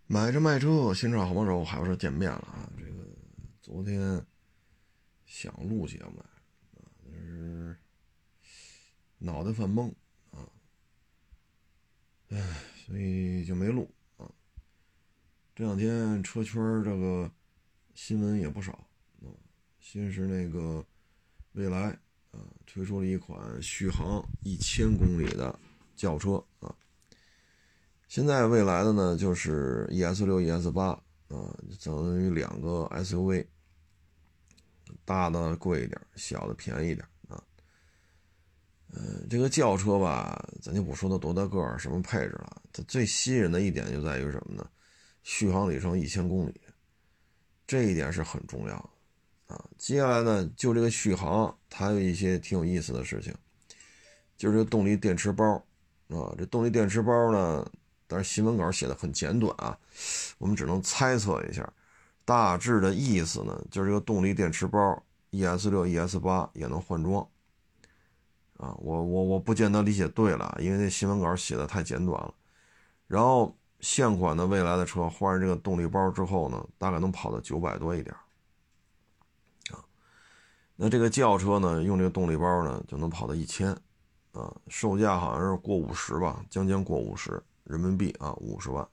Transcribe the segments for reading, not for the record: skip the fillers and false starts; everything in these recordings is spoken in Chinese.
买车卖车，新车好帮手，还有说见面了啊！这个昨天想录节目但是脑袋犯懵啊，所以就没录啊。这两天车圈这个新闻也不少啊，先是那个蔚来推出了一款续航1000公里的轿车啊，现在蔚来的呢就是 ES6、ES8等于两个 SUV，大的贵一点，小的便宜一点啊。这个轿车吧，咱就不说它多大个儿、什么配置了，它最吸引人的一点就在于什么呢？续航里程1000公里，这一点是很重要的啊。接下来呢，就这个续航，它有一些挺有意思的事情，就是这个动力电池包啊。这动力电池包呢，但是新闻稿写的很简短啊，我们只能猜测一下，大致的意思呢，就是这个动力电池包 ES6、ES8 也能换装。我不见得理解对了，因为那新闻稿写的太简短了。然后现款的蔚来的车换上这个动力包之后呢，大概能跑到900多一点啊。那这个轿车呢，用这个动力包呢，就能跑到1000啊，售价好像是过50吧，将近过50人民币啊，50万。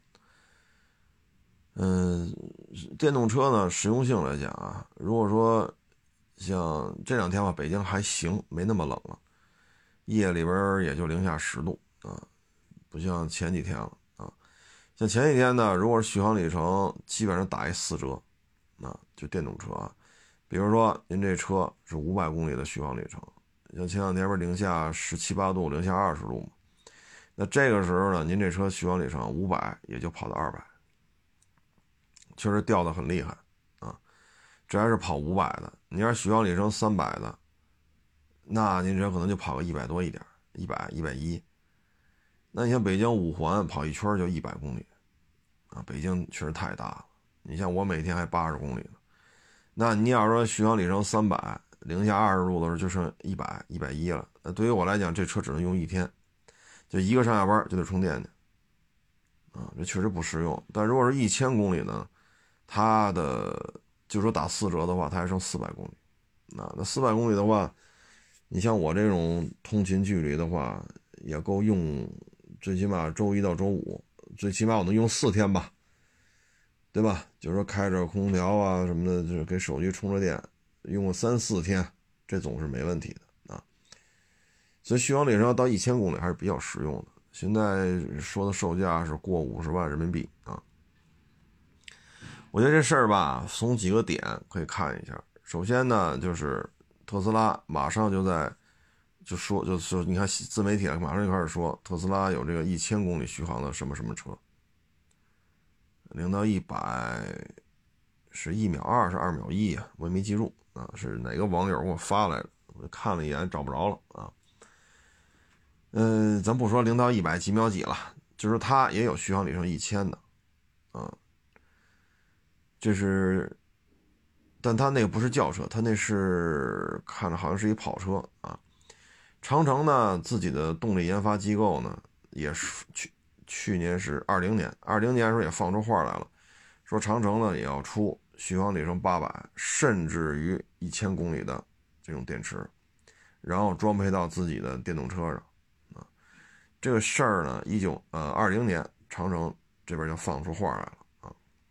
电动车呢，实用性来讲啊，如果说像这两天吧，北京还行，没那么冷了。夜里边也就零下10度啊，不像前几天了啊。像前几天呢，如果是续航里程，基本上打一4折啊，就电动车啊。比如说您这车是500公里的续航里程，像前两天不是零下17、8度、零下20度嘛，那这个时候呢，您这车续航里程500也就跑到200，确实掉得很厉害啊。这还是跑500的，你要是续航里程300的，那您这可能就跑个100多一点，100、110。那你像北京5环跑一圈就100公里啊，北京确实太大了。你像我每天还80公里呢，那你要说续航里程300，零下20度的时候就剩100、110了。那对于我来讲，这车只能用一天，就一个上下班就得充电去啊，这确实不实用。但如果是1000公里呢，它的就说打4折的话，它还剩400公里。那400公里的话，你像我这种通勤距离的话，也够用，最起码周一到周五，最起码我能用4天吧，对吧？就是说开着空调啊什么的，就是给手机充着电，用个3、4天，这总是没问题的啊。所以续航里程要到1000公里还是比较实用的。现在说的售价是过50万人民币啊。我觉得这事儿吧，从几个点可以看一下。首先呢，就是特斯拉马上就你看自媒体马上就开始说特斯拉有这个1000公里续航的什么什么车，0到100是1秒2是2秒1啊，我也没记住啊，是哪个网友给我发来的，我看了一眼找不着了啊。咱不说0到100几秒几了，就是它也有续航里程1000的啊，这是，但它那个不是轿车，它那是看着好像是一跑车啊。长城呢自己的动力研发机构呢也是去年是2020年的时候也放出话来了，说长城呢也要出续航里程800甚至于1000公里的这种电池，然后装配到自己的电动车上啊。这个事儿呢20年长城这边就放出话来了啊。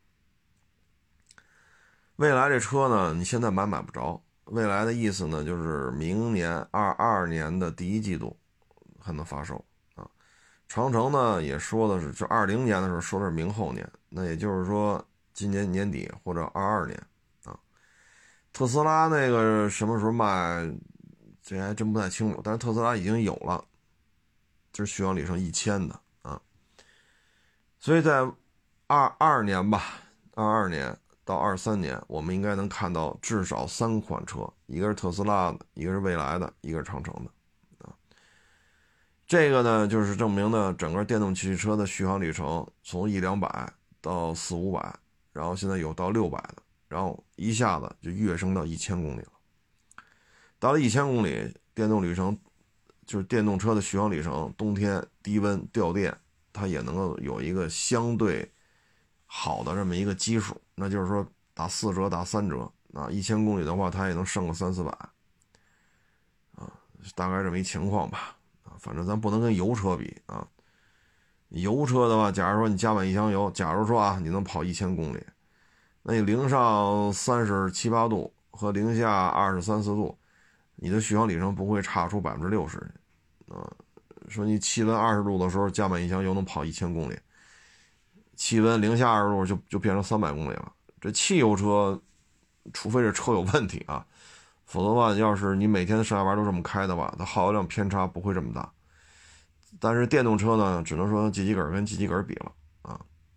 未来这车呢你现在买不着，未来的意思呢就是明年22年的第一季度还能发售啊。长城呢也说的是，就20年的时候说的是明后年，那也就是说今年年底或者22年啊。特斯拉那个什么时候卖，这还真不太清楚，但是特斯拉已经有了，就是续航里程1000的啊。所以在22年吧，22年到23年，我们应该能看到至少3款车，一个是特斯拉的，一个是蔚来的，一个是长城的啊。这个呢，就是证明呢，整个电动汽车的续航里程从100-200到400-500，然后现在有到600的，然后一下子就跃升到1000公里了。到了1000公里，电动旅程就是电动车的续航里程，冬天低温掉电，它也能够有一个相对好的这么一个基数，那就是说打4折打3折啊，1000公里的话它也能剩个300-400啊，大概这么一情况吧啊，反正咱不能跟油车比啊。油车的话，假如说你加满一箱油，假如说啊你能跑1000公里，那你零上37、8度和零下23、4度，你的续航里程不会差出60%啊。说你气温20度的时候加满一箱油能跑1000公里，气温零下20度就变成300公里了。这汽油车，除非这车有问题啊，否则的话，要是你每天上下班都这么开的话，它耗油量偏差不会这么大。但是电动车呢，只能说犄角跟犄角比了啊。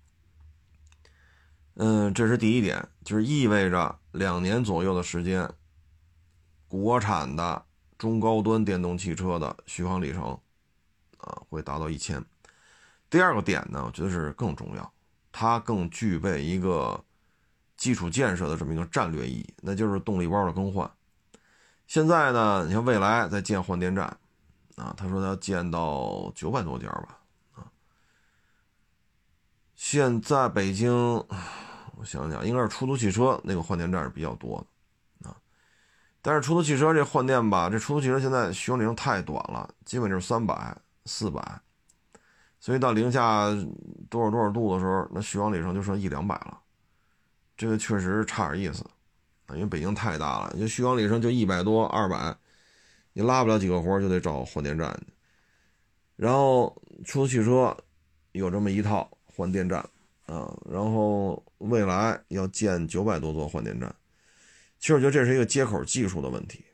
这是第一点，就是意味着2年左右的时间，国产的中高端电动汽车的续航里程啊会达到1000。第二个点呢，我觉得是更重要，它更具备一个基础建设的这么一个战略意义，那就是动力包的更换。现在呢，你看蔚来在建换电站啊，他说他要建到900多家吧啊。现在北京，我想想，应该是出租汽车那个换电站是比较多的啊。但是出租汽车这换电吧，这出租汽车现在续航里程太短了，基本就是300、400，所以到零下多少多少度的时候，那续航里程就剩100-200了。这个确实差点意思啊，因为北京太大了，就续航里程就100多、200，你拉不了几个活就得找换电站。然后出租汽车有这么一套换电站啊，然后未来要建900多座换电站。其实我觉得这是一个接口技术的问题，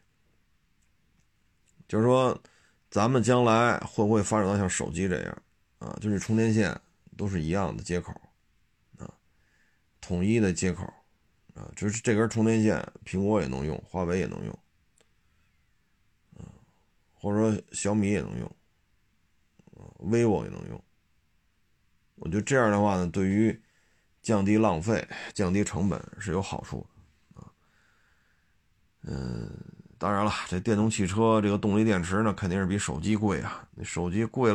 就是说咱们将来会不会发展到像手机这样啊，就是充电线都是一样的接口啊，统一的接口啊，就是这根充电线苹果也能用，华为也能用啊，或者说小米也能用，vivo 也能用。我觉得这样的话呢，对于降低浪费、降低成本是有好处的啊。当然了，这电动汽车这个动力电池呢，肯定是比手机贵啊。那手机贵了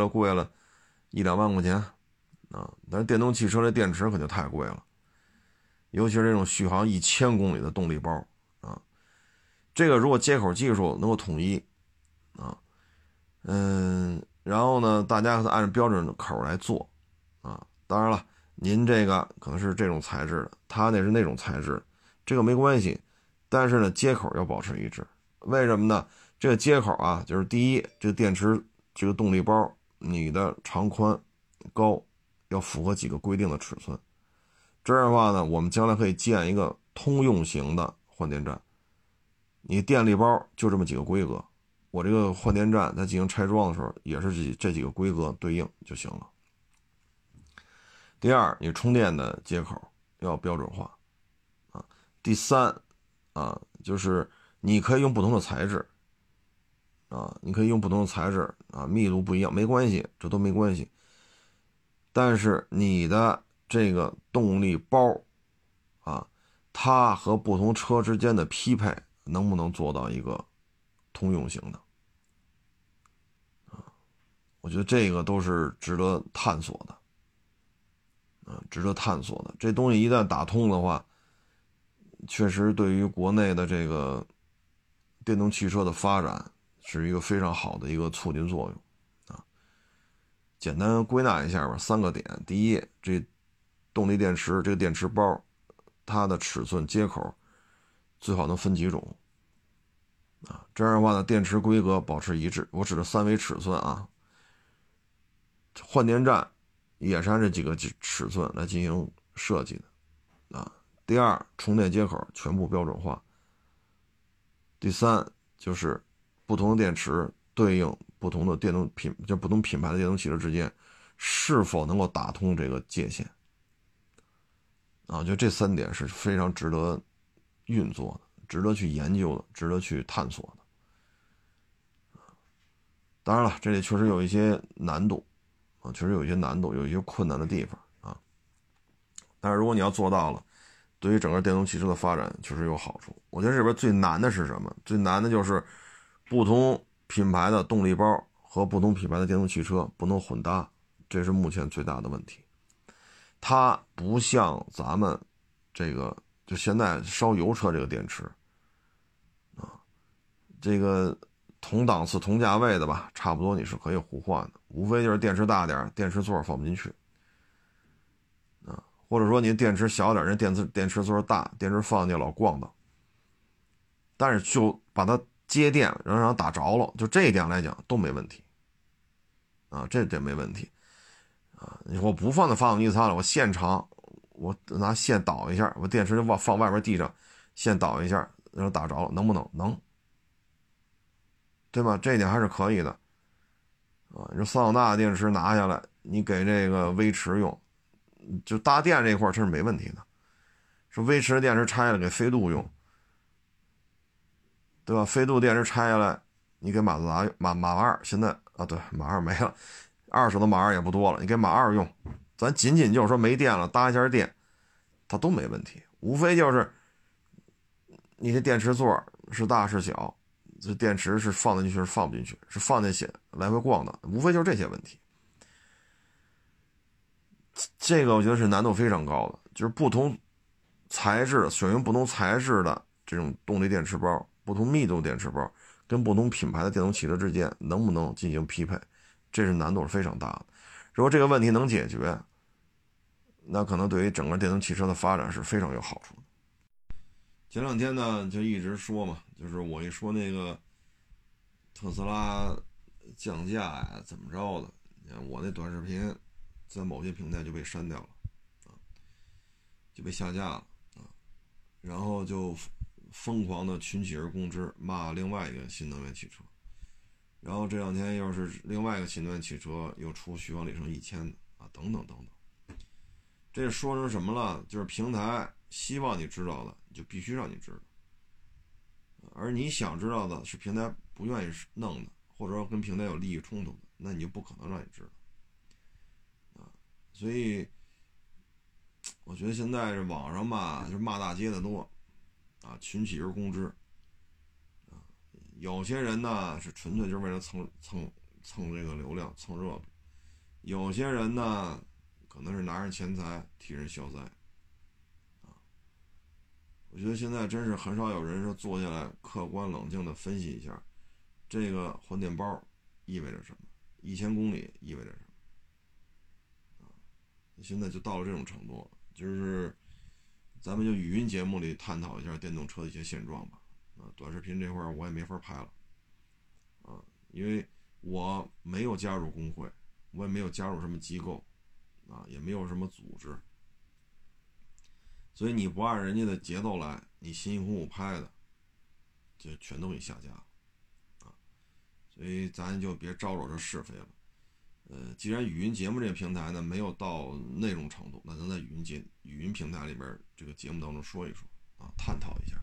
1-2万块钱啊，但是电动汽车这电池可就太贵了，尤其是这种续航1000公里的动力包啊。这个如果接口技术能够统一啊，然后呢，大家按照标准的口来做啊。当然了，您这个可能是这种材质的，他那是那种材质，这个没关系。但是呢，接口要保持一致。为什么呢？这个接口啊，就是第一，这个电池这个动力包，你的长宽高要符合几个规定的尺寸。这样的话呢，我们将来可以建一个通用型的换电站。你电力包就这么几个规格，我这个换电站在进行拆装的时候，也是这几个规格对应就行了。第二，你充电的接口要标准化啊。第三啊，就是你可以用不同的材质啊，你可以用不同的材质啊，密度不一样没关系，这都没关系。但是你的这个动力包啊，它和不同车之间的匹配能不能做到一个通用型的啊？我觉得这个都是值得探索的啊，值得探索的。这东西一旦打通的话，确实对于国内的这个电动汽车的发展是一个非常好的一个促进作用啊。简单归纳一下吧，3个点。第一，这动力电池这个电池包，它的尺寸接口最好能分几种啊，这样的话呢，电池规格保持一致。我指的3维尺寸啊，换电站也是按这几个尺寸来进行设计的啊。第二，充电接口全部标准化。第三，就是不同的电池对应不同的不同品牌的电动汽车之间是否能够打通这个界限啊？我觉得这3点是非常值得运作的，值得去研究的，值得去探索的。当然了，这里确实有一些难度啊，确实有一些难度，有一些困难的地方啊。但是如果你要做到了，对于整个电动汽车的发展确实有好处。我觉得这边最难的是什么？最难的就是不同品牌的动力包和不同品牌的电动汽车不能混搭，这是目前最大的问题。 它不像咱们这个就现在烧油车这个电池啊，这个同档次同价位的吧，差不多你是可以互换的，无非就是电池大点，电池座放不进去啊，或者说你电池小点，人电池座大，电池放进去老咣当，但是就把它接电，然后让它打着了，就这一点来讲都没问题啊，这点没问题啊。我不放在发动机舱了，我现场我拿线导一下，我电池就放外边地上，线导一下，然后打着了，能不能？能，对吧？这一点还是可以的啊。你说桑塔纳电池拿下来，你给这个威驰用，就搭电这块这是没问题的。说威驰电池拆了给飞度用，对吧？飞度电池拆下来，你给马自达马2现在啊，对，马2没了，二手的马2也不多了，你给马2用，咱仅仅就是说没电了，搭一下电，它都没问题，无非就是你这电池座是大是小，这电池是放进去是放不进去，是放进去来回逛的，无非就是这些问题。这个我觉得是难度非常高的，就是不同材质选用不同材质的这种动力电池包，不同密度电池包跟不同品牌的电动汽车之间能不能进行匹配，这是难度是非常大的。如果这个问题能解决，那可能对于整个电动汽车的发展是非常有好处的。前两天呢就一直说嘛，就是我一说那个特斯拉降价呀怎么着的，我那短视频在某些平台就被删掉了啊，就被下架了啊，然后就疯狂的群起而攻之，骂另外一个新能源汽车，然后这两天又是另外一个新能源汽车又出续航里程1000的啊，等等等等。这说成什么了？就是平台希望你知道的，就必须让你知道，而你想知道的是平台不愿意弄的，或者说跟平台有利益冲突的，那你就不可能让你知道啊。所以我觉得现在这网上吧，就是骂大街的多啊，群起而攻之啊。有些人呢是纯粹就是为了蹭这个流量蹭热度，有些人呢可能是拿人钱财替人消灾啊。我觉得现在真是很少有人说坐下来客观冷静的分析一下，这个换电包意味着什么，1000公里意味着什么啊？现在就到了这种程度，就是咱们就语音节目里探讨一下电动车的一些现状吧。啊，短视频这块我也没法拍了啊，因为我没有加入工会，我也没有加入什么机构啊，也没有什么组织，所以你不按人家的节奏来，你辛辛苦苦拍的，就全都给下架了啊。所以咱就别招惹这是非了。既然语音节目这个平台呢没有到那种程度，那咱在语音平台里边这个节目当中说一说啊，探讨一下。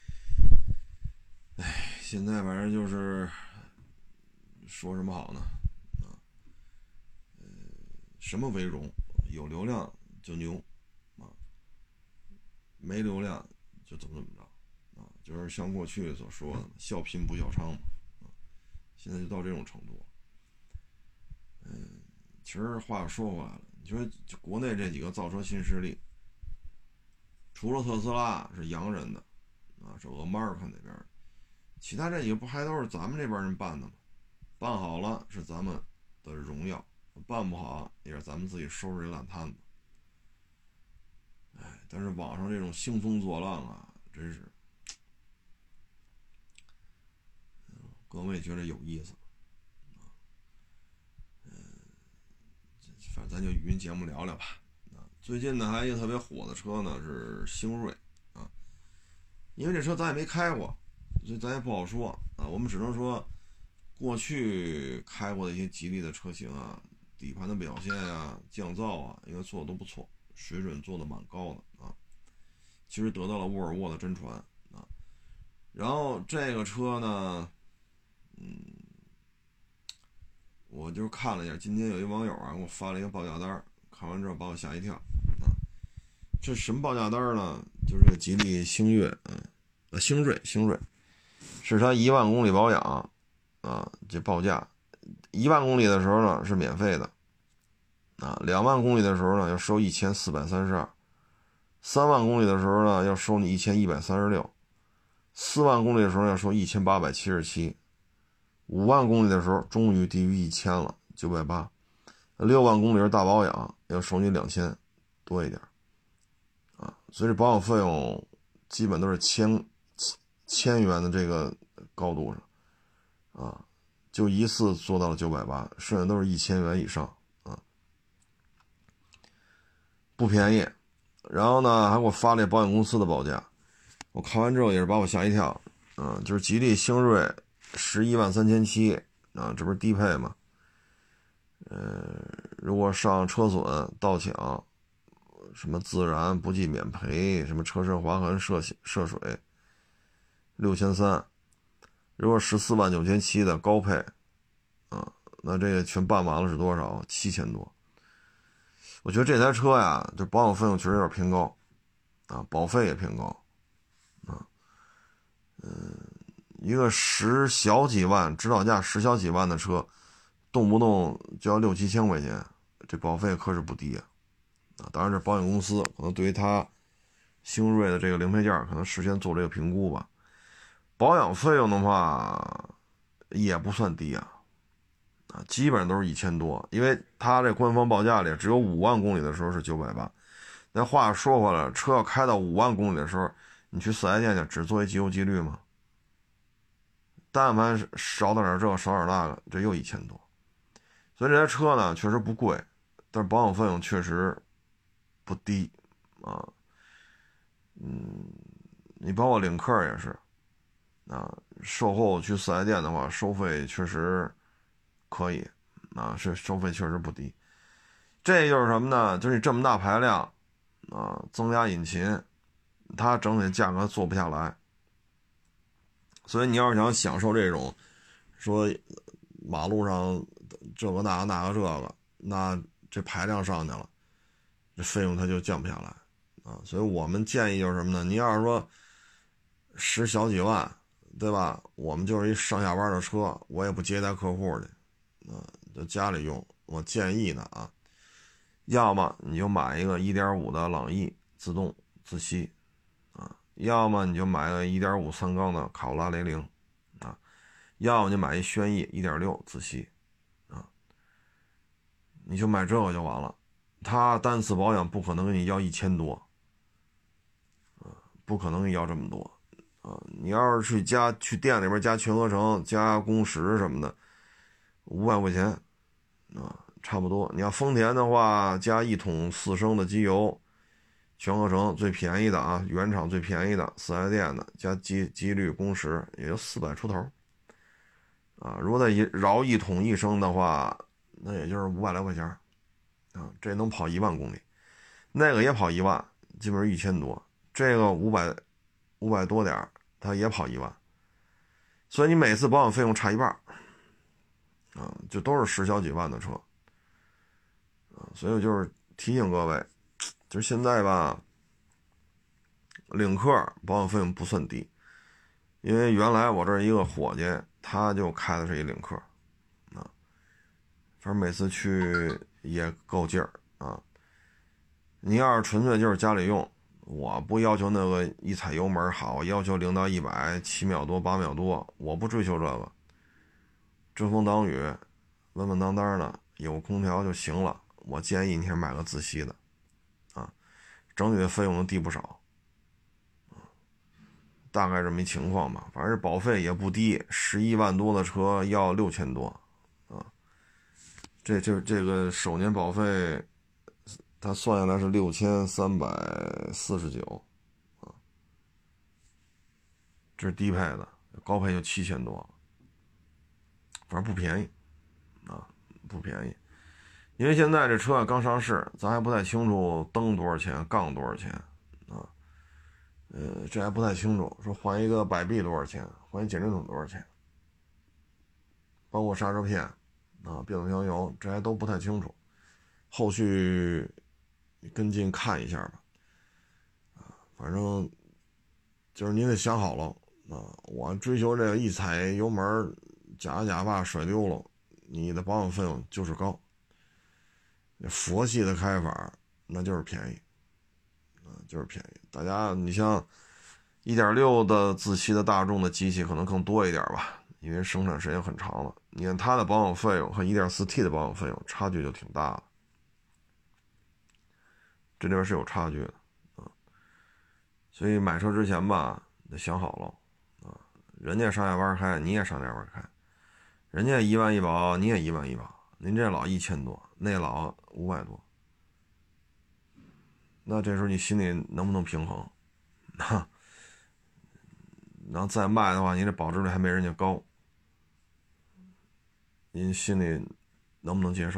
哎，现在反正就是说什么好呢？啊，什么为荣？有流量就牛啊，没流量就怎么着啊？就是像过去所说的“笑贫不笑娼”嘛，啊，现在就到这种程度。其实话又说回来了，你说国内这几个造车新势力，除了特斯拉是洋人的啊，是俄马尔克那边的，其他这几个不还都是咱们这边人办的吗？办好了是咱们的荣耀，办不好也是咱们自己收拾这烂摊子。哎，但是网上这种兴风作浪啊，真是，各位觉得有意思。反正咱就语音节目聊聊吧。最近呢，还有一个特别火的车呢是星瑞啊，因为这车咱也没开过，所以咱也不好说啊。我们只能说，过去开过的一些吉利的车型啊，底盘的表现啊、降噪啊，应该做的都不错，水准做的蛮高的啊。其实得到了沃尔沃的真传啊。然后这个车呢，我就看了一下，今天有一网友啊给我发了一个报价单，看完之后把我吓一跳啊！这什么报价单呢？就是这个吉利星越，星瑞是它1万公里保养啊，这报价1万公里的时候呢是免费的啊，2万公里的时候呢要收1432， 3万公里的时候呢要收你1136， 4万公里的时候要收1877， 5万公里的时候终于低于1000了，980， 6万公里是大保养，要收你2000多一点啊，所以这保养费用基本都是千元的这个高度上啊，就一次做到了980，剩下都是1000元以上啊，不便宜。然后呢还给我发了保险公司的报价，我看完之后也是把我吓一跳，就是吉利星瑞113700啊，这不是低配吗？如果上车损、盗抢、什么自燃不计免赔，什么车身划痕、涉水，6300。如果149700的高配啊，那这个全办完了是多少？7000多。我觉得这台车呀，就保养费用确实有点偏高啊，保费也偏高啊。一个10小几万，指导价10小几万的车，动不动就要6、7千块钱，这保费可是不低啊！当然，这保险公司可能对于它星瑞的这个零配件可能事先做这个评估吧。保养费用的话也不算低啊，基本上都是1000多，因为它这官方报价里只有5万公里的时候是980。那话说回来，车要开到5万公里的时候，你去4S店去只做一机油机滤吗？但凡少点这个少点那个，这又1000多。所以这台车呢确实不贵，但是保养费用确实不低啊。你包括领克也是啊，售后去4S店的话，收费确实可以啊，是收费确实不低。这就是什么呢？就是你这么大排量啊，增加引擎，它整体价格做不下来。所以你要是想享受这种说马路上这个那个那个这个，那这排量上去了，这费用它就降不下来啊。所以我们建议就是什么呢？你要是说10小几万，对吧？我们就是一上下班的车，我也不接待客户去啊，就家里用。我建议呢啊，要么你就买一个 1.5 的朗逸自动自吸啊，要么你就买个 1.5 3缸的卡罗拉雷凌啊，要么你买一轩逸 1.6 自吸啊，你就买这个就完了。他单次保养不可能给你要1000多不可能给你要这么多啊。你要是去店里边加全合成加工时什么的，500块钱啊，差不多。你要丰田的话，加1桶4升的机油，全合成最便宜的啊，原厂最便宜的4S店的，加机滤工时也就400出头啊。如果再绕1桶1升的话，那也就是500来块钱啊，这能跑1万公里，那个也跑1万，基本上1000多，这个500多点，它也跑1万，所以你每次保养费用差一半啊，就都是10小几万的车啊，所以我就是提醒各位，就是现在吧，领克保养费用不算低，因为原来我这一个伙计，他就开的是一领克啊，反正每次去也够劲儿啊。你要是纯粹就是家里用，我不要求那个一踩油门好，要求0到100 7秒多8秒多，我不追求这个，遮风挡雨稳稳当当的有空调就行了。我建议你还买个自吸的啊，整体的费用能低不少，大概这么一情况吧。反正保费也不低，11万多的车要6000多啊，这个首年保费它算下来是6349啊，这是低配的，高配就7000多，反正不便宜啊，不便宜。因为现在这车刚上市，咱还不太清楚灯多少钱，杠多少钱啊？这还不太清楚。说换一个摆臂多少钱，换一减震筒多少钱，包括刹车片啊、变速箱油，这还都不太清楚。后续跟进看一下吧。反正就是你得想好了啊，我追求这个一踩油门假把甩丢了，你的保养费用就是高。 佛系的开法那就是便宜就是便宜。大家你像 1.6 的自吸的大众的机器可能更多一点吧，因为生产时间很长了，你看它的保养费用和 1.4T 的保养费用差距就挺大的，这里边是有差距的所以买车之前吧得想好了人家上下班开你也上下班开，人家1万1保你也1万1保，您这老1000多，那老500多，那这时候你心里能不能平衡然后再卖的话，你这保值率还没人家高，您心里能不能接受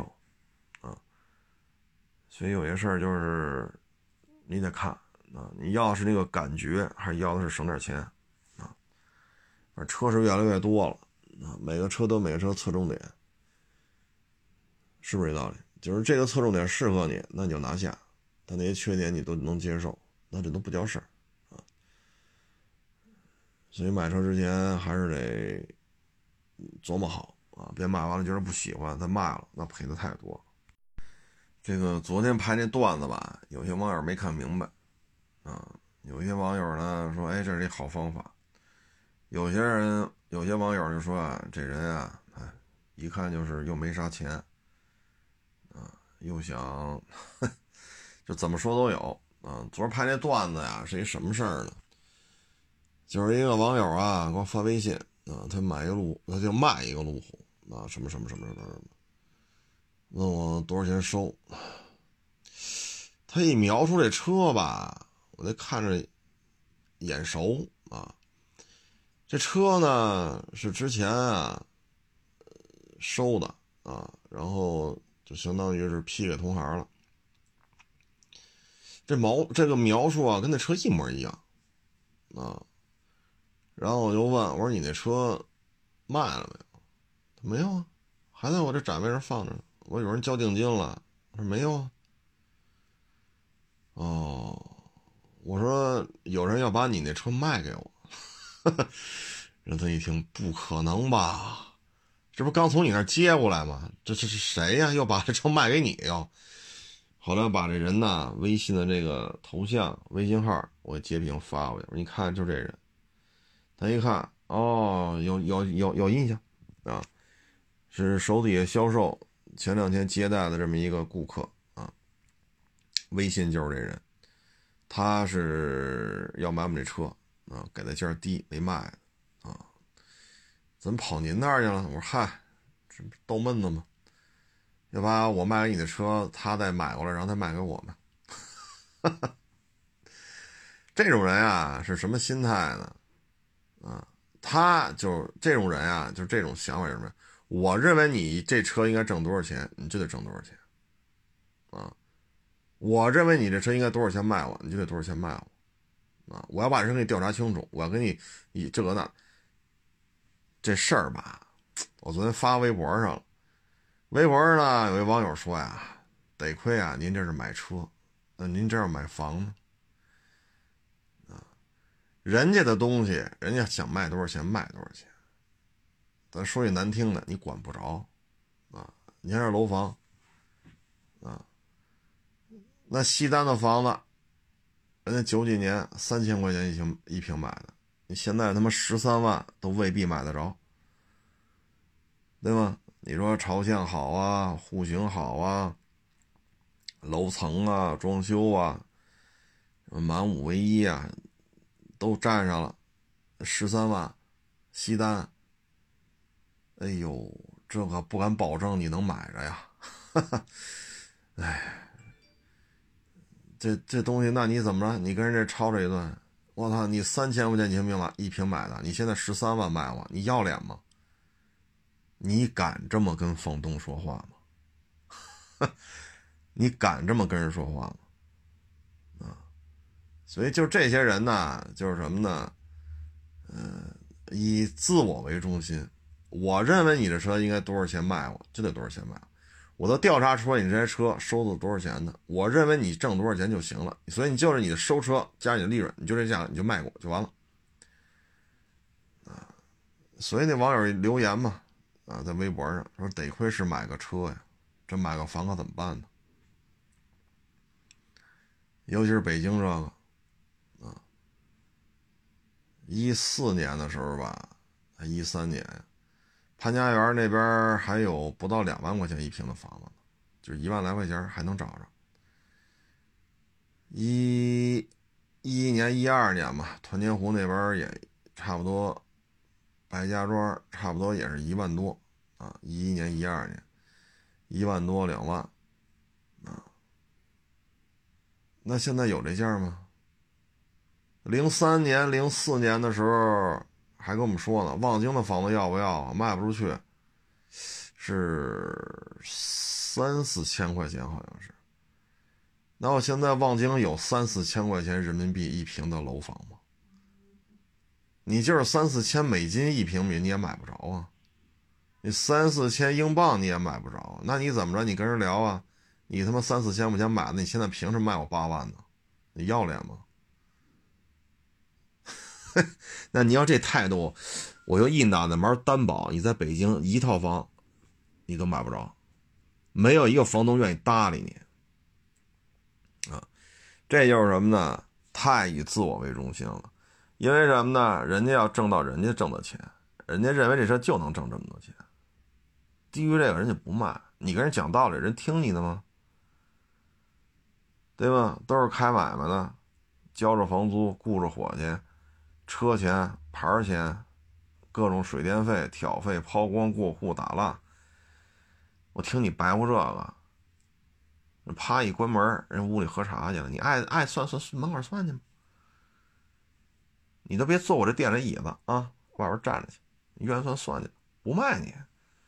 所以有些事儿就是你得看你要的是那个感觉，还是要的是省点钱车是越来越多了每个车都每个车侧重点，是不是这道理？就是这个侧重点适合你，那你就拿下，但那些缺点你都能接受，那这都不叫事儿所以买车之前还是得琢磨好别买完了觉得不喜欢再卖了，那赔的太多了。这个昨天拍那段子吧，有些网友没看明白有些网友呢说哎这是一好方法，有些网友就说这人一看就是又没啥钱又想就怎么说都有昨儿拍那段子呀是一什么事儿呢？就是一个网友给我发微信他他就卖一个路虎什么什么什么什么什么，问我多少钱收。他一描述这车吧，我就看着眼熟这车呢是之前收的然后就相当于是批给同行了。这个描述跟那车一模一样然后我就问我说你那车卖了没有？他没有啊，还在我这展位上放着呢。我有人交定金了，我说没有啊。我说有人要把你那车卖给我。人他一听不可能吧，这不刚从你那儿接过来吗？这是谁呀？又把这车卖给你哟？后来把这人微信的这个头像微信号我给截屏发过去，我说你看就这人。他一看有印象是手底下销售前2天接待的这么一个顾客微信就是这人，他是要买我们这车给的价低没卖怎么跑您那儿去了？我说嗨，这不逗闷子吗？要把我卖给你的车他再买过来让他卖给我们。这种人是什么心态呢他就这种人就是这种想法是什么？我认为你这车应该挣多少钱你就得挣多少钱我认为你这车应该多少钱卖我你就得多少钱卖我我要把这车给你调查清楚，我要给你以这个那这事儿吧。我昨天发微博上了，微博呢有一网友说得亏您这是买车您这是买房呢人家的东西人家想卖多少钱卖多少钱，咱说句难听的你管不着你看这楼房那西单的房子人家90几年3000块钱一平买的，你现在他妈13万都未必买得着，对吗？你说朝向好户型好楼层装修满5唯一都占上了13万西单，哎呦这可不敢保证你能买着呀。哎，这东西那你怎么着？你跟人这吵这一顿，我操，你3000块钱一平买的，你现在13万卖我，你要脸吗？你敢这么跟房东说话吗？你敢这么跟人说话吗？所以就这些人就是什么呢？以自我为中心，我认为你的车应该多少钱卖我就得多少钱卖我，我都调查出来你这些车收的多少钱的，我认为你挣多少钱就行了，所以你就是你的收车加你的利润，你就这价你就卖给我就完了所以那网友留言嘛在微博上说得亏是买个车呀，这买个房可怎么办呢？ 尤其是北京这个啊，14年的时候吧，还13年，潘家园那边还有不到2万块钱一平的房子呢，就是1万来块钱还能找着。11年、12年吧，团结湖那边也差不多，白家庄差不多也是1万多啊。11年、12年，1万多2万啊。那现在有这价吗？03年、04年的时候还跟我们说呢，望京的房子要不要啊？卖不出去，是3、4千块钱好像是。那我现在望京有3、4千块钱人民币一平的楼房吗？你就是3、4千美金一平米你也买不着啊，你3、4千英镑你也买不着，那你怎么着？你跟人聊啊？你他妈3、4千块钱买的，你现在凭什么卖我8万呢？你要脸吗？那你要这态度，我就一脑袋毛担保，你在北京一套房你都买不着，没有一个房东愿意搭理你啊！这就是什么呢？太以自我为中心了。因为什么呢？人家要挣到人家挣的钱，人家认为这车就能挣这么多钱，低于这个人家不卖。你跟人讲道理，人听你的吗？对吧？都是开买卖的，交着房租，雇着伙计，车钱、牌钱，各种水电费、挑费、抛光、过户、打蜡，我听你白活这个，啪一关门，人屋里喝茶去了。你爱算门口算去吗？你都别坐我这店里椅子啊，外边站着去，你愿意算去，不卖你。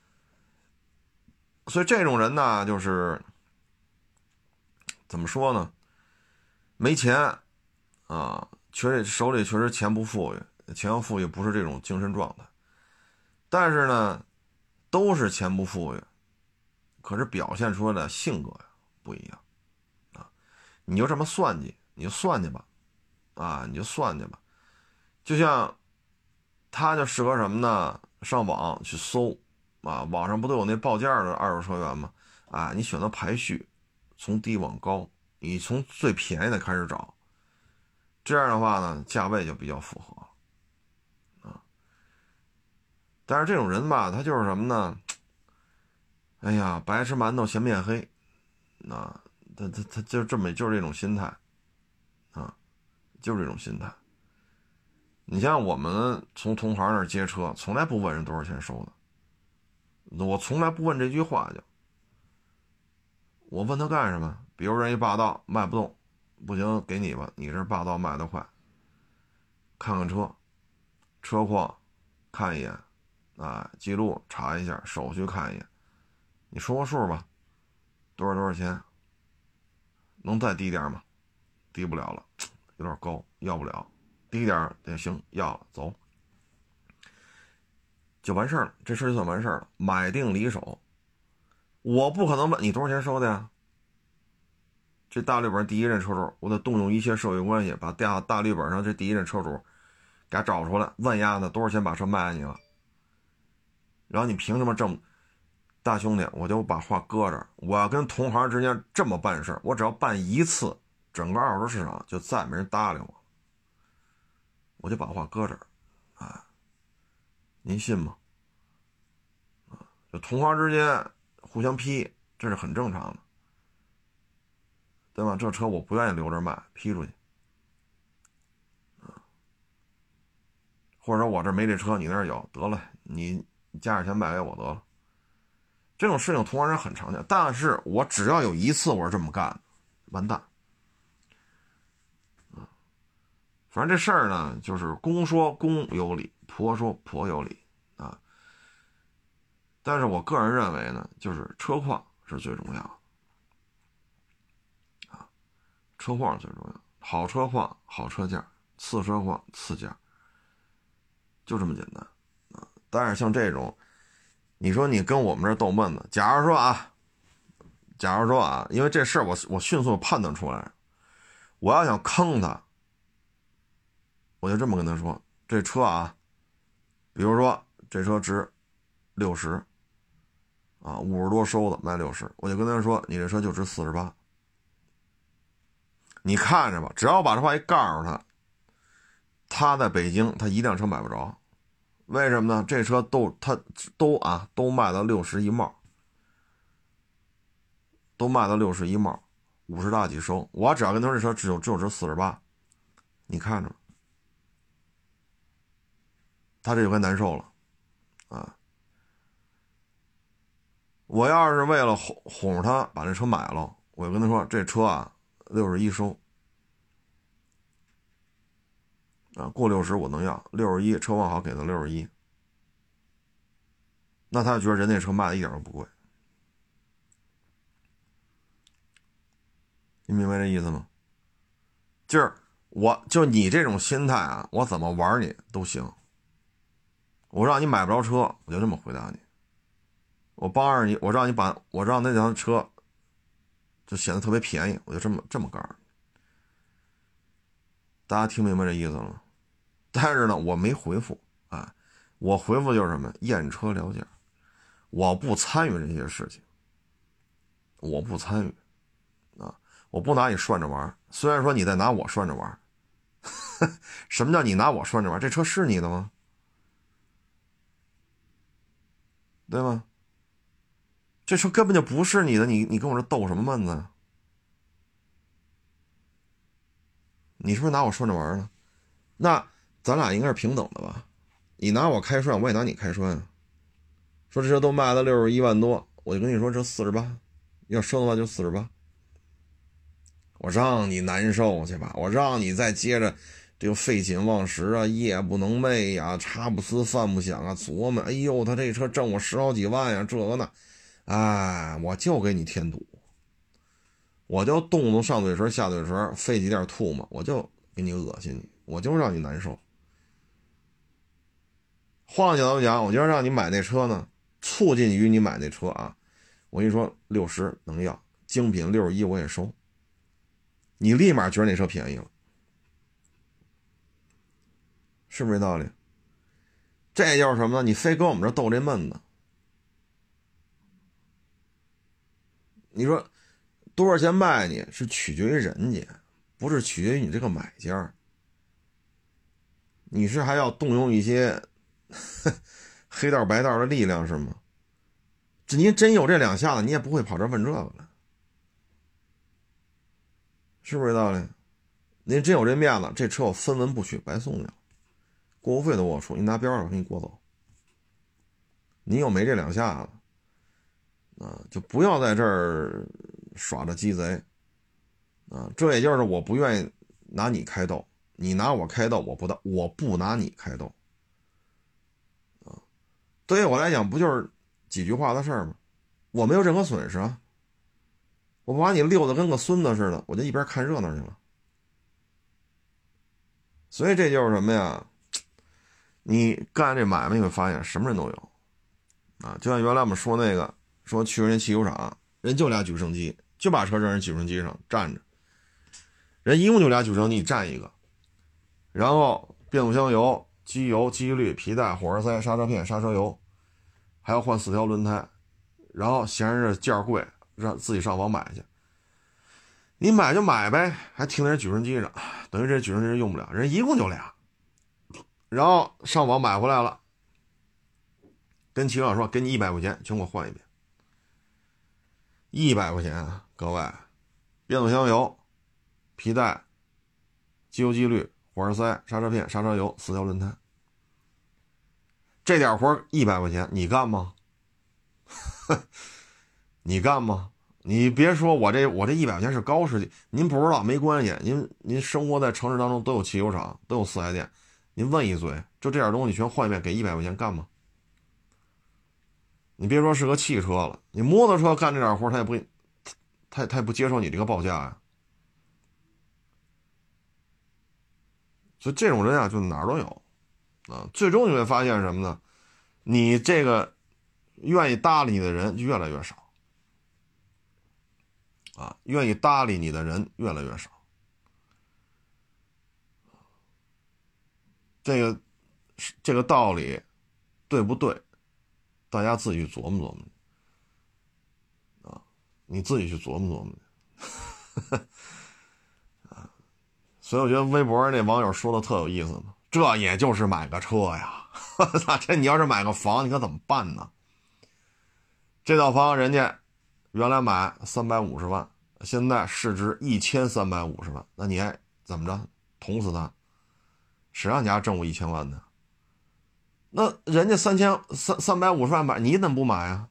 所以这种人呢，就是怎么说呢？没钱啊，手里确实钱不富裕，钱要富裕不是这种精神状态。但是呢，都是钱不富裕，可是表现出来的性格呀不一样啊。你就这么算计，你就算去吧，啊，你就算去吧。就像他就适合什么呢？上网去搜啊，网上不都有那报价的二手车源吗？啊，你选择排序，从低往高，你从最便宜的开始找，这样的话呢，价位就比较符合啊。但是这种人吧，他就是什么呢？哎呀，白吃馒头嫌面黑，啊，他就就是这种心态啊，就是这种心态。你像我们从同行那儿接车，从来不问人多少钱收的，我从来不问这句话就，我问他干什么？比如人一霸道卖不动，不行给你吧，你这霸道卖得快，看看车，车况看一眼，啊，记录查一下，手续看一眼，你说个数吧，多少钱？能再低点吗？低不了了，有点高，要不了。低点也行，要了，走，就完事儿了，这事就算完事儿了，买定离手。我不可能问你多少钱收的呀？这大绿本第一任车主，我得动用一切社会关系，把大绿本上这第一任车主给他找出来，问丫的多少钱把车卖给你了？然后你凭什么这么大兄弟？我就把话搁这儿，我要跟同行之间这么办事，我只要办一次，整个二手车市场就再没人搭理我，我就把话搁这儿，啊，您信吗？就同行之间互相批，这是很正常的，对吧？这车我不愿意留着卖，批出去，或者说我这没这车，你那儿有，得了，你加点钱卖给我得了。这种事情同行人很常见，但是我只要有一次我是这么干，完蛋。反正这事儿呢，就是公说公有理，婆说婆有理啊。但是我个人认为呢，就是车况是最重要的啊，车况最重要，好车况好车价，次车况次价，就这么简单啊。但是像这种，你说你跟我们这逗闷子，假如说啊，因为这事儿我迅速判断出来，我要想坑他，我就这么跟他说，这车啊，比如说这车值60啊，50多收的卖60，我就跟他说，你这车就值48， 你看着吧，只要把这话一告诉他，他在北京他一辆车买不着。为什么呢？这车都卖到61帽，都卖到61帽，50大几收。我只要跟他说这车只有值48，你看着吧，他这就该难受了啊！我要是为了哄着他把这车买了，我就跟他说这车啊61收啊，过60我能要61，车况好给他61，那他就觉得人那车卖的一点都不贵。你明白这意思吗？就你这种心态啊，我怎么玩你都行。我让你买不着车，我就这么回答你。我帮着你，我让那辆车就显得特别便宜，我就这么告诉你。大家听明白这意思了吗？但是呢，我没回复啊，我回复就是什么验车聊价，我不参与这些事情，我不参与啊，我不拿你涮着玩。虽然说你在拿我涮着玩，什么叫你拿我涮着玩？这车是你的吗？对吗？这车根本就不是你的，你跟我这逗什么闷子？你是不是拿我涮着玩呢？那咱俩应该是平等的吧？你拿我开涮，我也拿你开涮。说这车都卖了61万多，我就跟你说这48，要收的话就48。我让你难受去吧，我让你再接着这个废寝忘食啊，夜不能寐呀，茶不思饭不想啊，琢磨，哎呦，他这车挣我10好几万呀，这个呢，哎，我就给你添堵，我就动上嘴唇下嘴唇，费几点吐沫，我就给你恶心你，我就让你难受。换个角度讲，我就让你买那车呢，促进于你买那车啊。我跟你说，60能要，精品61我也收，你立马觉得那车便宜了，是不是这道理？这就是什么呢？你非跟我们这逗这闷子。你说多少钱卖你是取决于人家，不是取决于你这个买家。你是还要动用一些黑道白道的力量是吗？这您真有这两下子，你也不会跑这问这个了，是不是这道理？您真有这面子，这车我分文不取，白送了，过户费都我出，你拿标我给你过走。你有没这两下子啊？就不要在这儿耍着鸡贼啊！这也就是我不愿意拿你开斗，你拿我开斗，我不拿你开斗啊！对于我来讲，不就是几句话的事儿吗？我没有任何损失啊，我把你溜得跟个孙子似的，我就一边看热闹去了。所以这就是什么呀？你干这买卖你会发现什么人都有啊！就像原来我们说那个，说去人家汽修厂，人就俩举升机，就把车扔人举升机上站着，人一共就俩举升机，站一个，然后变速箱油、机油、机滤、皮带、火花塞、刹车片、刹车油，还要换4条轮胎，然后嫌着价贵，让自己上网买去。你买就买呗，还停在人举升机上，等于这举升机用不了，人一共就俩，然后上网买回来了，跟汽修厂说给你100块钱，全给我换一遍。100块钱啊，各位，变速箱油、皮带、机油机滤、火花塞、刹车片、刹车油、4条轮胎，这点活100块钱，你干吗？你干吗？你别说我这100块钱是高世界，您不知道没关系，您生活在城市当中都有汽修厂，都有4S店，您问一嘴，就这点东西全换一遍，给100块钱干吗？你别说是个汽车了，你摩托车干这点活他也不他也不接受你这个报价呀。所以这种人啊，就哪儿都有啊。最终你会发现什么呢？你这个愿意搭理你的人就越来越少啊，愿意搭理你的人越来越少。这个道理对不对？大家自己去琢磨琢磨啊，你自己去琢磨琢磨啊。 所以我觉得微博那网友说的特有意思嘛，这也就是买个车呀，这你要是买个房，你可怎么办呢？这套房人家原来买350万，现在市值1350万，那你还怎么着？捅死他？谁让你家挣我1000万呢？那人家350万买，你怎么不买啊？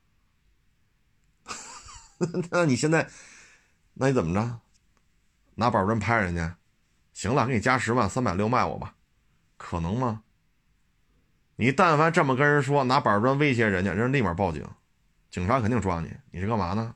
那你现在，那你怎么着？拿板砖拍人家？行了，给你加10万，360卖我吧，可能吗？你但凡这么跟人说，拿板砖威胁人家，人家立马报警，警察肯定抓你。你是干嘛呢？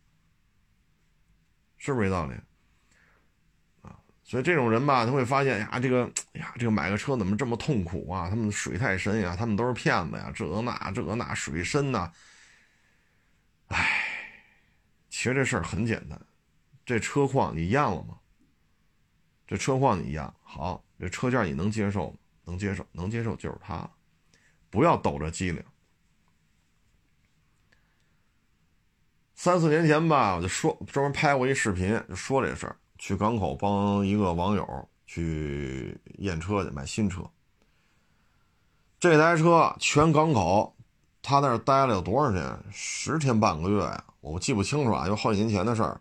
是不是这道理啊？所以这种人吧，他会发现呀，这个买个车怎么这么痛苦啊？他们水太深呀，他们都是骗子呀，这那水深呐。唉，其实这事儿很简单，这车况你验了吗？这车况你验好，这车价你能接受吗？能接受，能接受就是它，不要抖着机灵。3、4年前吧，我就说专门拍过一视频，就说这事儿。去港口帮一个网友去验车去，买新车。这台车全港口，他在那儿待了有多少天？10天半个月呀，我记不清楚啊，因为好几年前的事儿。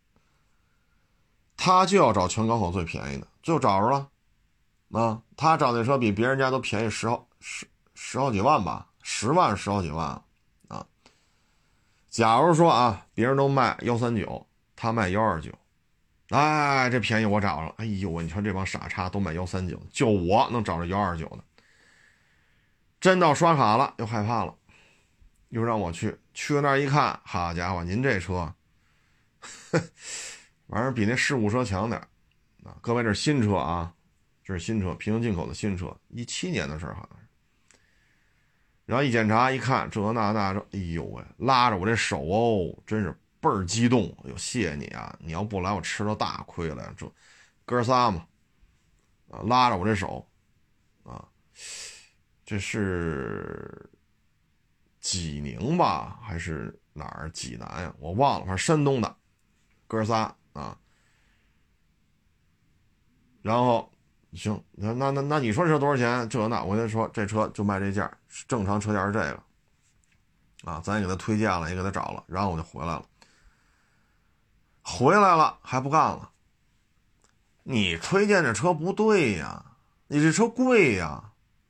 他就要找全港口最便宜的，就找着了。啊，他找那车比别人家都便宜十好几万吧，10万10好几万啊。假如说啊，别人都卖139，他卖129，哎，这便宜我找着了。哎呦，你瞧这帮傻叉都买139，就我能找着129的。真到刷卡了，又害怕了，又让我去了那儿一看，好家伙，您这车，反正比那事故车强点啊。各位，这是新车啊，这是新车，平行进口的新车，17年的事儿好像是。然后一检查一看，这这，哎呦喂，拉着我这手哦，真是倍儿激动。哎呦，谢谢你啊，你要不来我吃了大亏了呀。这哥仨嘛，啊，拉着我这手，啊，这是济宁吧，还是哪儿？济南呀，我忘了，反正山东的哥仨啊。然后行，那你说这车多少钱？这那我跟他说，这车就卖这价，正常车价是这个啊，咱也给他推荐了，也给他找了，然后我就回来了。回来了还不干了，你推荐这车不对呀，你这车贵呀。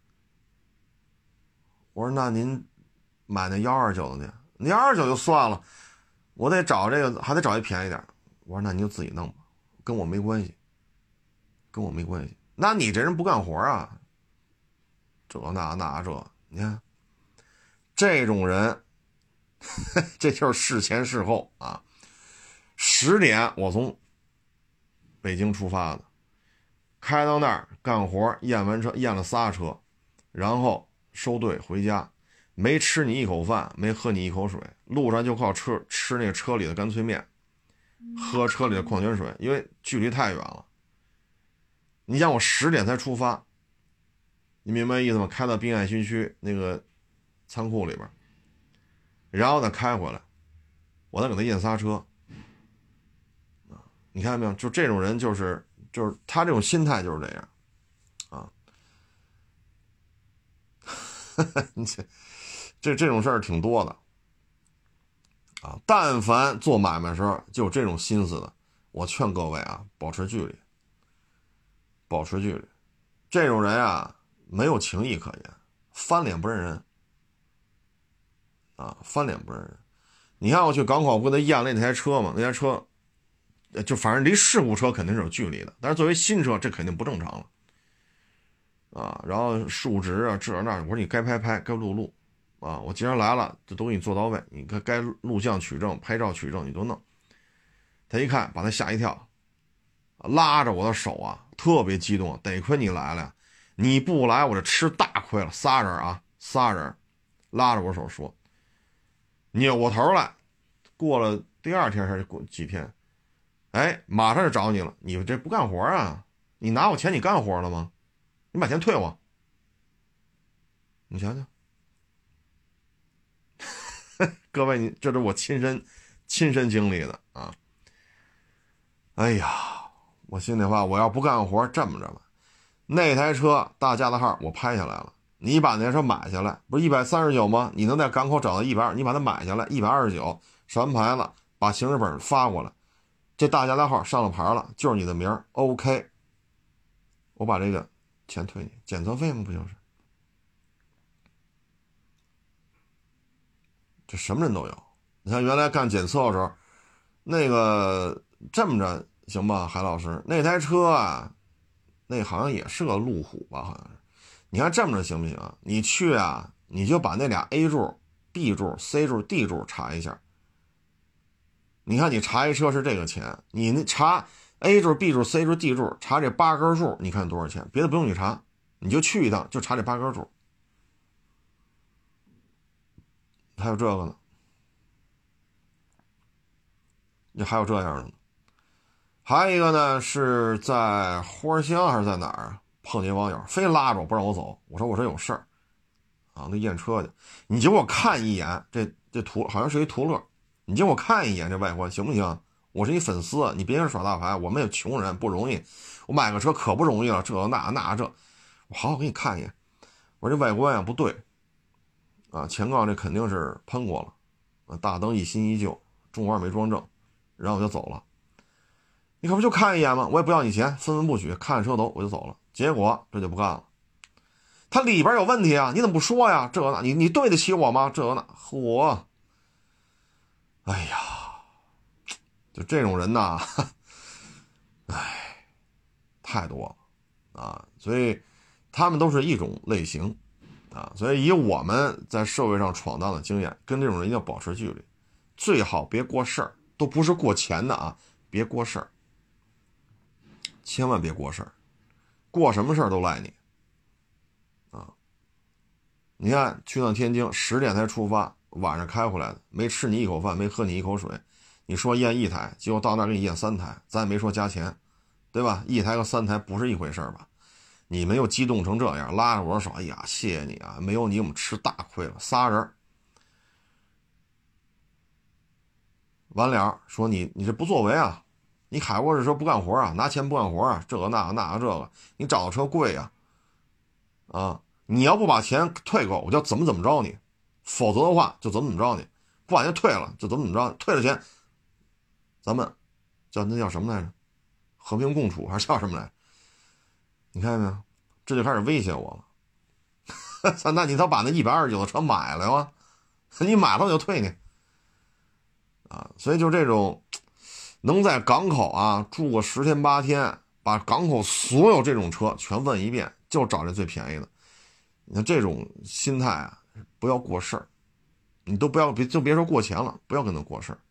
我说那您买那129的去，那129就算了，我得找这个，还得找一便宜点。我说那您就自己弄吧，跟我没关系，跟我没关系。那你这人不干活啊？这这，你看这种人，这就是事前事后啊。10点我从北京出发的，开到那儿干活，验完车，验了仨车，然后收队回家，没吃你一口饭，没喝你一口水，路上就靠吃那个车里的干脆面，喝车里的矿泉水，因为距离太远了。你想我10点才出发，你明白意思吗？开到滨海新区那个仓库里边，然后再开回来，我再给他验仨车。你看到没有？就这种人，就是他这种心态就是这样啊。这种事儿挺多的啊。但凡做买卖的时候就有这种心思的，我劝各位啊，保持距离，保持距离。这种人啊，没有情义可言，翻脸不认人啊，翻脸不认人。你看我去港口不给他验了那台车嘛，那台车就反正离事故车肯定是有距离的，但是作为新车这肯定不正常了啊。然后数值啊这那，我说你该拍该录啊，我既然来了就都给你做到位，你该录像取证拍照取证你都弄。他一看把他吓一跳，拉着我的手啊特别激动，得亏你来了，你不来我这吃大亏了。仨人拉着我手说，扭过头来，过了第2天还是过几天，哎，马上就找你了，你这不干活啊？你拿我钱你干活了吗？你把钱退我。你想想各位，你这是我亲身经历的啊。哎呀， 我心里话，我要不干活，这么着吧，那台车大家的号我拍下来了，你把那车买下来，不是139吗？你能在港口找到120，你把它买下来129，什么牌子，把行驶本发过来，这大家的号上了牌了，就是你的名 OK， 我把这个钱退你，检测费吗？不就是？这什么人都有。你看原来干检测的时候，那个这么着行吧，海老师，那台车啊，那好像也是个路虎吧，好像是。你看这么着行不行？你去啊，你就把那俩 A 柱、B 柱、C 柱、D 柱查一下。你看你查一车是这个钱，你那查 A 柱、B 柱、C 柱、D 柱，查这8根柱，你看多少钱？别的不用你查，你就去一趟，就查这8根柱。还有这个呢。你还有这样的呢？还有一个呢，是在花乡还是在哪儿啊？碰见网友非拉着我不让我走，我说有事儿啊，那验车去，你就给我看一眼，这途好像是一途乐，你就给我看一眼这外观行不行？我是一粉丝，你别人耍大牌，我们也穷人不容易，我买个车可不容易了，这那这，我好好给你看一眼。我说这外观啊不对啊，前杠这肯定是喷过了，大灯一新一旧，中网没装正。然后我就走了，你可不就看一眼吗？我也不要你钱，分文不取，看车头我就走了。结果这就不干了，它里边有问题啊，你怎么不说呀？这那你对得起我吗？这那嚯，哎呀，就这种人呐，哎，太多了啊！所以他们都是一种类型啊，所以以我们在社会上闯荡的经验，跟这种人要保持距离，最好别过事儿。都不是过钱的啊，别过事儿，千万别过事儿，过什么事儿都赖你啊！你看去趟天津10点才出发，晚上开回来的，没吃你一口饭，没喝你一口水，你说验1台，结果到那儿给你验3台，咱也没说加钱，对吧？1台和3台不是一回事吧？你们又激动成这样，拉着我手，哎呀，谢谢你啊，没有你我们吃大亏了，3人。完了说你这不作为啊，你海沃士车不干活啊，拿钱不干活啊，这个那个这个，你找的车贵呀，啊，你要不把钱退够，我就怎么着你，否则的话就怎么着你，不把钱退了就怎么着，退了钱，咱们那叫什么来着？和平共处还是叫什么来着？你看见没有？这就开始威胁我了。那你倒把那129的车买了呀？你买了我就退你。啊，所以就这种能在港口啊住个10天8天，把港口所有这种车全问一遍，就找这最便宜的。你看这种心态啊，不要过事儿，你都不要别说过钱了，不要跟他过事儿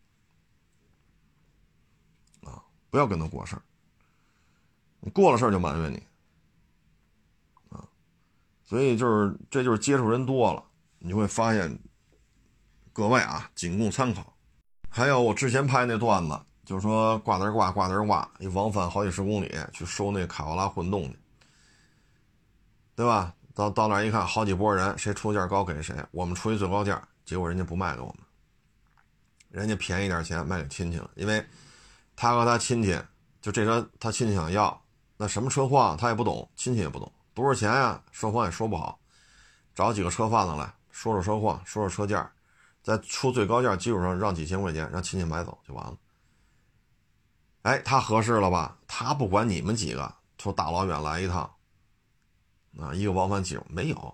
啊，不要跟他过事儿，你过了事儿就埋怨你啊。所以这就是接触人多了，你会发现，各位啊，仅供参考。还有我之前拍那段子，就是说挂单挂，一往返好几十公里去收那卡罗拉混动去，对吧？到那一看，好几拨人，谁出价高给谁，我们出一最高价，结果人家不卖给我们，人家便宜点钱卖给亲戚了，因为他和他亲戚就这车他亲戚想要，那什么车况他也不懂，亲戚也不懂，多少钱呀？双方也说不好，找几个车贩子来说说车况，说说车价。在出最高价基础上让几千块钱，让亲戚买走就完了。哎，他合适了吧？他不管你们几个，说大老远来一趟，啊，一个往返几没有。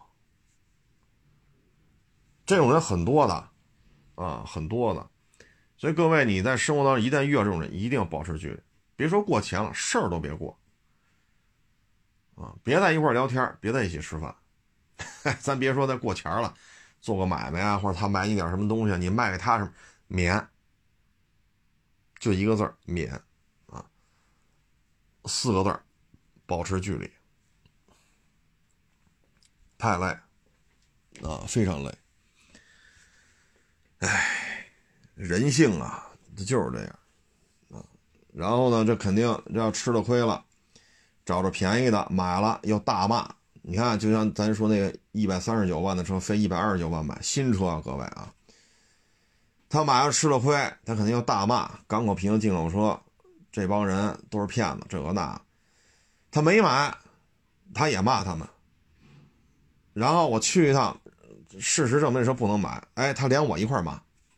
这种人很多的，啊，很多的。所以各位你在生活当中一旦遇到这种人，一定要保持距离，别说过钱了，事儿都别过，啊，别在一块聊天，别在一起吃饭，咱别说再过钱了。做个买卖啊，或者他买你点什么东西，你卖给他什么，免，就一个字免啊，4个字保持距离，太累啊，非常累。唉，人性啊，这就是这样啊。然后呢，这肯定要吃了亏了，找着便宜的买了又大骂。你看，就像咱说那个139万的车，非129万买新车啊，各位啊，他买了吃了亏，他肯定要大骂港口平行进口车， 这帮人都是骗子，这个那，他没买，他也骂他们。然后我去一趟，事实证明说不能买，哎，他连我一块骂，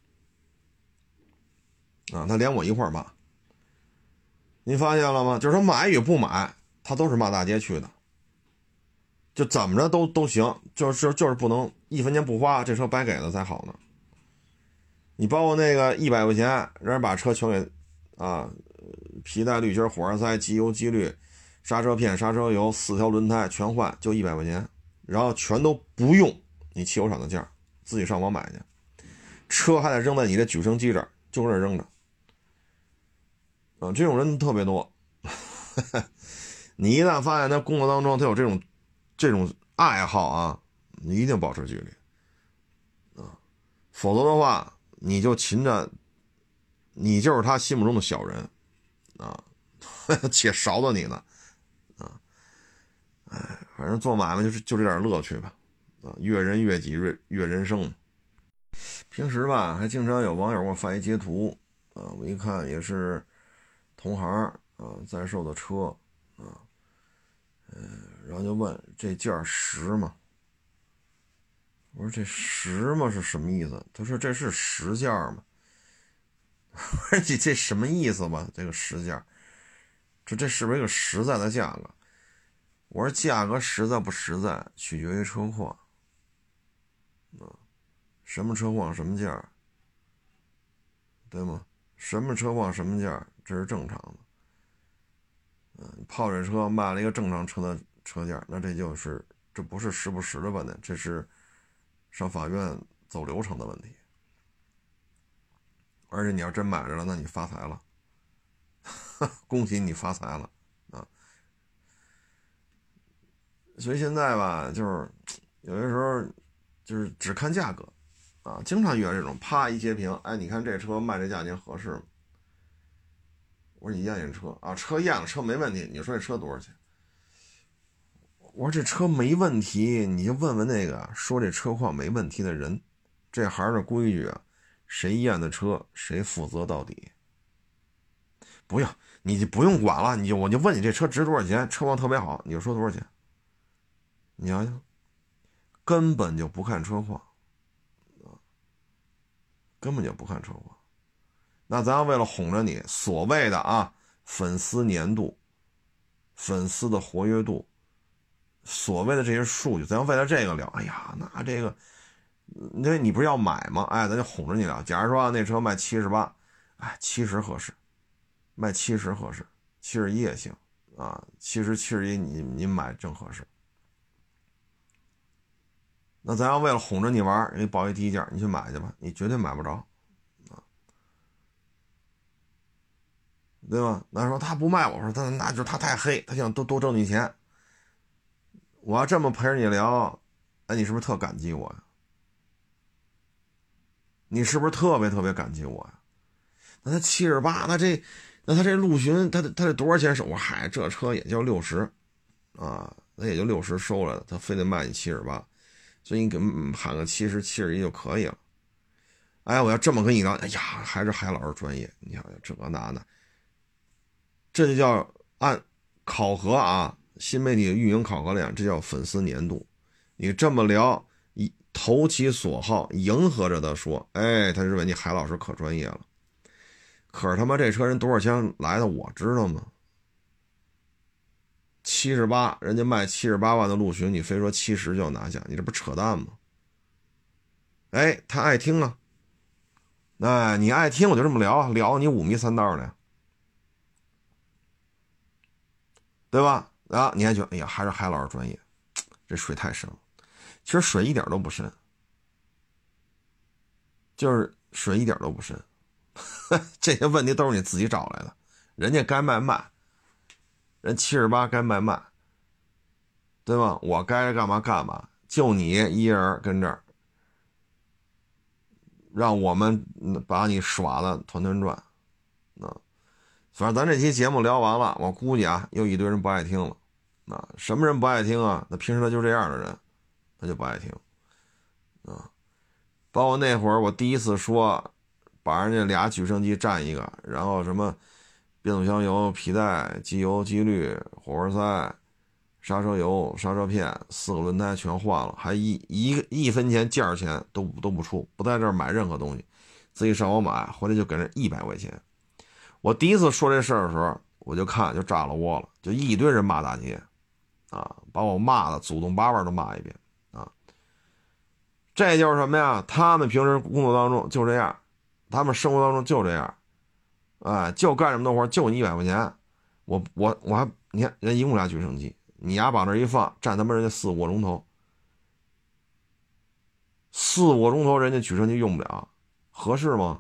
啊，他连我一块骂。您发现了吗？就是说买与不买，他都是骂大街去的，就怎么着都行，就是不能1分钱不花，这车白给了才好呢。你包括那个100块钱，让人把车全给皮带、滤芯、火花塞、机油、机滤、刹车片、刹车油、4条轮胎全换，就100块钱，然后全都不用你汽油厂的价，自己上网买去，车还得扔在你的举升机这儿，就搁这扔着。这种人特别多。你一旦发现他工作当中他有这种爱好啊，你一定保持距离否则的话你就擒着，你就是他心目中的小人且少了你呢反正做买卖就这点乐趣吧悦人悦己悦人生。平时吧还经常有网友给我发一截图我一看也是同行在售的车然后就问这件实吗？我说这实吗是什么意思？他说这是实件吗？我说这什么意思吧？这个实件，这是不是一个实在的价格？我说价格实在不实在取决于车况什么车况什么价，对吗？什么车况什么价，这是正常的。泡水车卖了一个正常车的车价，那这不是实不实的问题，这是上法院走流程的问题。而且你要真买着了，那你发财了，恭喜你发财了所以现在吧，就是有些时候就是只看价格经常遇到这种啪一截屏，哎，你看这车卖这价钱合适吗？我说你验车车验了，车没问题，你说这车多少钱？我说这车没问题，你就问问那个说这车况没问题的人，这还是规矩谁验的车谁负责到底。不用，你就不用管了，我就问你这车值多少钱，车况特别好，你就说多少钱。你想想，根本就不看车况根本就不看车况。那咱要为了哄着你，所谓的粉丝粘度、粉丝的活跃度，所谓的这些数据，咱要为了这个聊，哎呀，那这个你不是要买吗？哎，咱就哄着你聊。假如说那车卖78，哎，70合适，卖70合适，71也行70、71你买正合适。那咱要为了哄着你玩，给你报一低价，你去买去吧，你绝对买不着对吧？那说他不卖，我说那就是他太黑，他想多挣你钱。我要这么陪着你聊，哎，你是不是特感激我呀？你是不是特别特别感激我呀？那他78，那他这陆巡，他这多少钱收？我嗨，这车也就60那也就60收来的，他非得卖你78，所以你给喊个70、71就可以了。哎，我要这么跟你聊，哎呀，还是海老师专业，你想这个那的。这就叫按考核新媒体运营考核量，这叫粉丝粘度。你这么聊，投其所好，迎合着他说，哎，他认为你海老师可专业了。可是他妈这车人多少钱来的，我知道吗？78，人家卖78万的陆巡，你非说70就要拿下，你这不扯淡吗？哎，他爱听你爱听我就这么聊你五迷三道的。对吧？你还觉得哎呀，还是海老师专业，这水太深了。其实水一点都不深，就是水一点都不深。这些问题都是你自己找来的。人家该卖，人78该卖，对吧？我该干嘛干嘛，就你一人跟这儿，让我们把你耍的团团转反正咱这期节目聊完了，我估计又一堆人不爱听了。什么人不爱听那平时他就这样的人，他就不爱听包括那会儿我第一次说把人家俩举升机占一个，然后什么变速箱油、皮带、机油、机滤、火花塞、刹车油、刹车片，4个轮胎全换了，还一分钱件钱都不出，不在这儿买任何东西，自己上网买，回来就给人100块钱。我第一次说这事儿的时候，我就看就炸了窝了，就一堆人骂大街啊，把我骂的祖宗八辈都骂一遍啊。这就是什么呀？他们平时工作当中就这样，他们生活当中就这样，哎，就干这么多活，就你100块钱，我还你看人一共俩举升机，你丫把这一放，占他妈人家4、5个钟头，4、5个钟头人家举升机用不了，合适吗？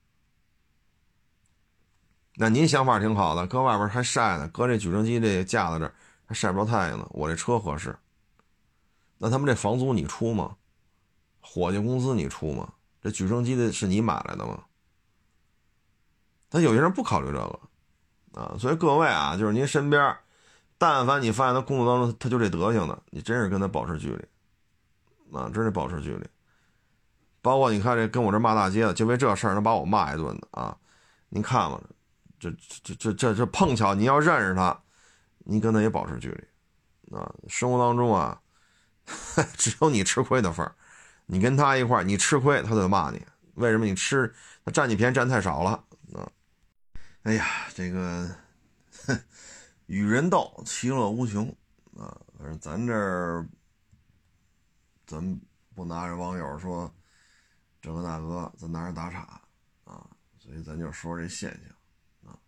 那您想法挺好的，搁外边还晒呢，搁这举升机这架子这儿还晒不着太阳呢，我这车合适。那他们这房租你出吗？伙计工资你出吗？这举升机的是你买来的吗？但有些人不考虑这个啊，所以各位啊，就是您身边但凡你发现他工作当中他就这德行的，你真是跟他保持距离啊，真是保持距离。包括你看这跟我这骂大街的，就为这事儿能把我骂一顿的啊，您看吧，这碰巧你要认识他，你跟他也保持距离啊。生活当中啊，只有你吃亏的份儿，你跟他一块儿，你吃亏他就骂你，为什么你吃他占你便宜占太少了啊？哎呀，这个与人斗，其乐无穷啊。反正咱这儿，咱不拿着网友说这个那个，咱拿着打岔啊，所以咱就说这现象啊，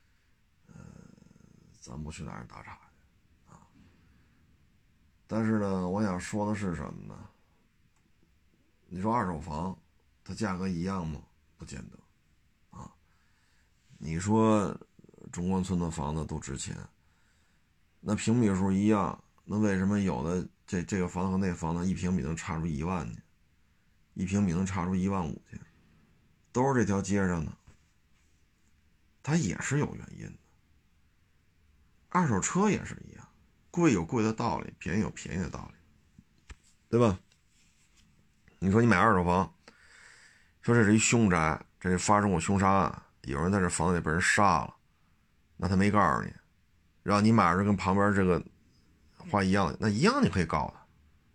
咱不去拿着打岔去啊。但是呢，我想说的是什么呢？你说二手房，它价格一样吗？不见得啊。你说中关村的房子都值钱，那平米数一样，那为什么有的这个房子和那房子1平米能差出1万去，1平米能差出1.5万去？都是这条街上的，它也是有原因的。二手车也是一样，贵有贵的道理，便宜有便宜的道理，对吧？你说你买二手房，说这是一凶宅，这是发生过凶杀案，有人在这房子里被人杀了，那他没告诉你，让你买着跟旁边这个花一样的，那一样你可以告他。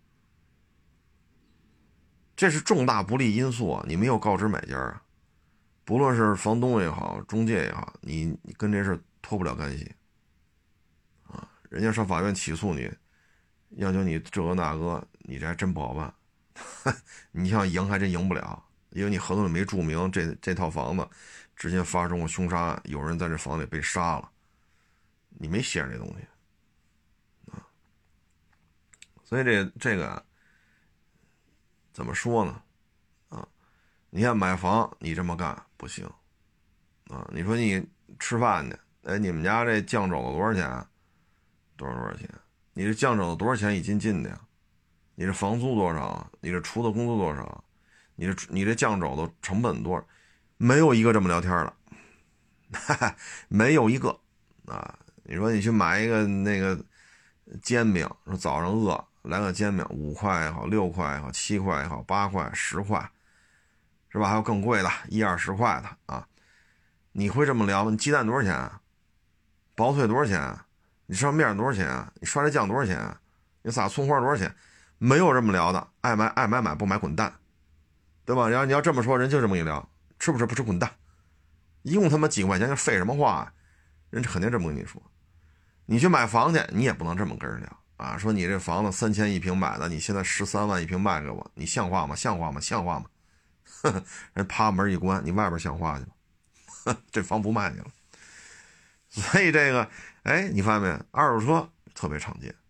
这是重大不利因素啊，你没有告知买家啊，不论是房东也好，中介也好，你跟这事脱不了干系啊。人家上法院起诉你，要求你这个那个，你这还真不好办。你想赢还真赢不了，因为你合同里没注明这套房子之前发生过凶杀案，有人在这房里被杀了，你没写上这东西啊。所以这个怎么说呢？啊，你看买房你这么干不行啊。你说你吃饭去，哎，你们家这酱肘子多少钱啊？多少钱？你这酱肘子多少钱一斤斤的呀？你这房租多少？你这厨子工资多少？你这酱肘子成本多少？没有一个这么聊天的，没有一个啊！你说你去买一个那个煎饼，说早上饿来个煎饼，5块也好，6块也好，7块也好，8块、10块，是吧？还有更贵的，1、20块的啊！你会这么聊吗？你鸡蛋多少钱啊？薄脆多少钱啊？你上面多少钱啊？你刷这酱多少钱啊？你撒葱花多少钱？没有这么聊的，爱买，不买滚蛋，对吧？然后你要这么说，人就这么一聊，吃不吃不吃滚蛋，一共他妈几块钱，就废什么话啊？人肯定这么跟你说。你去买房去，你也不能这么跟人聊啊！说你这房子3000一平买的，你现在13万一平卖给我，你像话吗？像话吗？像话吗？人啪门一关，你外边像话去吧？这房不卖去了。所以这个，哎，你发现没？二手车特别常见。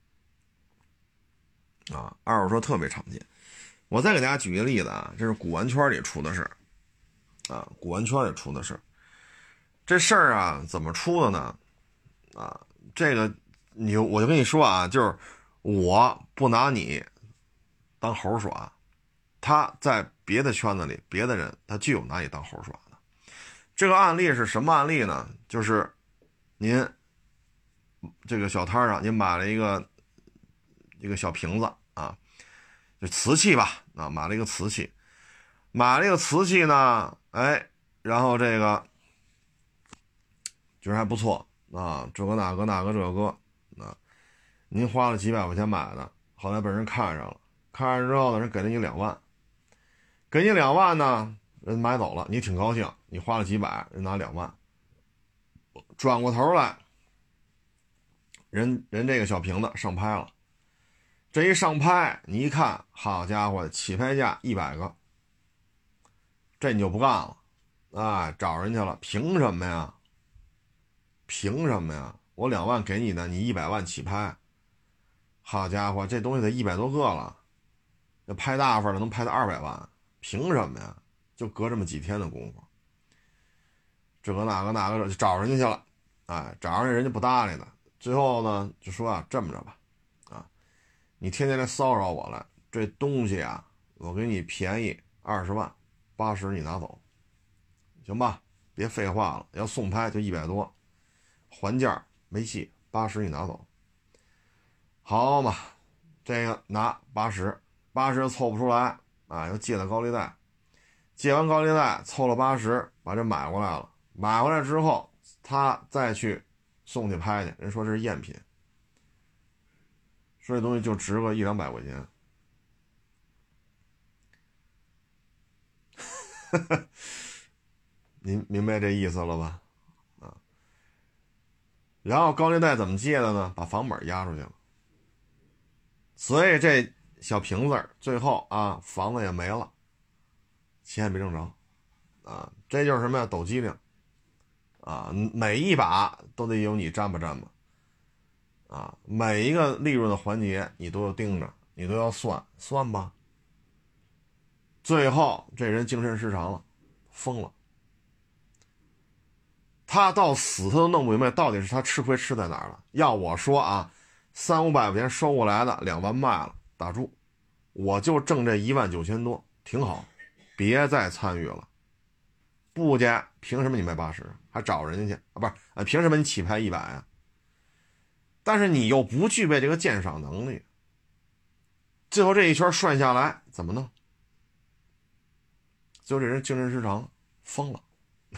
啊，二手车特别常见。我再给大家举个例子啊，这是古玩圈里出的事儿啊，古玩圈里出的事儿。这事儿啊，怎么出的呢？啊，这个我就跟你说啊，就是我不拿你当猴耍，他在别的圈子里，别的人他就有拿你当猴耍的。这个案例是什么案例呢？就是您这个小摊上，您买了一个小瓶子啊，就瓷器吧，啊，买了一个瓷器呢，哎，然后这个觉得还不错啊，这个那个那个这个啊，您花了几百块钱买的，后来被人看上了，看上之后呢，人给了你2万，给你2万呢，人买走了，你挺高兴，你花了几百，人拿2万，转过头来，人这个小瓶子上拍了，这一上拍，你一看，好家伙，起拍价100个，这你就不干了，啊，找人去了，凭什么呀？凭什么呀？我2万给你的，你100万起拍，好家伙，这东西得100多个了，要拍大份的能拍到200万，凭什么呀？就隔这么几天的功夫，这个那个那个就找人家去了，哎，找人家不搭理呢，最后呢就说啊，这么着吧，啊，你天天来骚扰我了，这东西啊，我给你便宜20万，80你拿走，行吧？别废话了，要送拍就100多，还价没戏，80你拿走。好嘛，这个拿80凑不出来啊，又借了高利贷，借完高利贷凑了80，把这买过来了。买回来之后，他再去送去拍去，人说这是赝品，说这东西就值个100-200块钱。您明白这意思了吧？啊，然后高利贷怎么借的呢？把房本押出去了，所以这小瓶子最后啊，房子也没了，钱也没挣着，啊，这就是什么呀？抖机灵，啊，每一把都得有你沾吧沾吧，啊，每一个利润的环节你都要盯着，你都要算吧。最后这人精神失常了，疯了。他到死他都弄不明白到底是他吃亏吃在哪儿了。要我说啊，300-500块钱收过来的2万卖了，打住，我就挣这19000多，挺好，别再参与了。不加，凭什么你卖80，还找人家去啊？不是，凭什么你起拍100啊？但是你又不具备这个鉴赏能力，最后这一圈涮下来怎么弄？最后这人精神失常，疯了。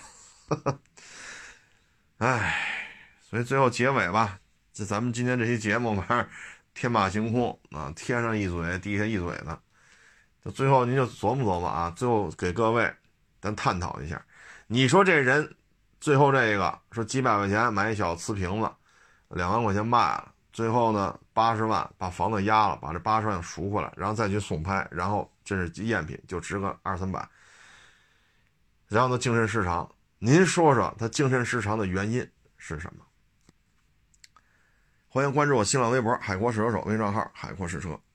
唉，所以最后结尾吧，这咱们今天这期节目反正天马行空啊，天上一嘴地下一嘴的，就最后您就琢磨琢磨啊，最后给各位咱探讨一下，你说这人最后这个说几百块钱买一小瓷瓶子，2万块钱卖了，最后呢80万把房子压了，把这80万赎回来，然后再去送拍，然后这是赝品，就值个200-300，然后呢精神失常。您说说他精神失常的原因是什么？欢迎关注我新浪微博海阔试车手微信账号海阔试车。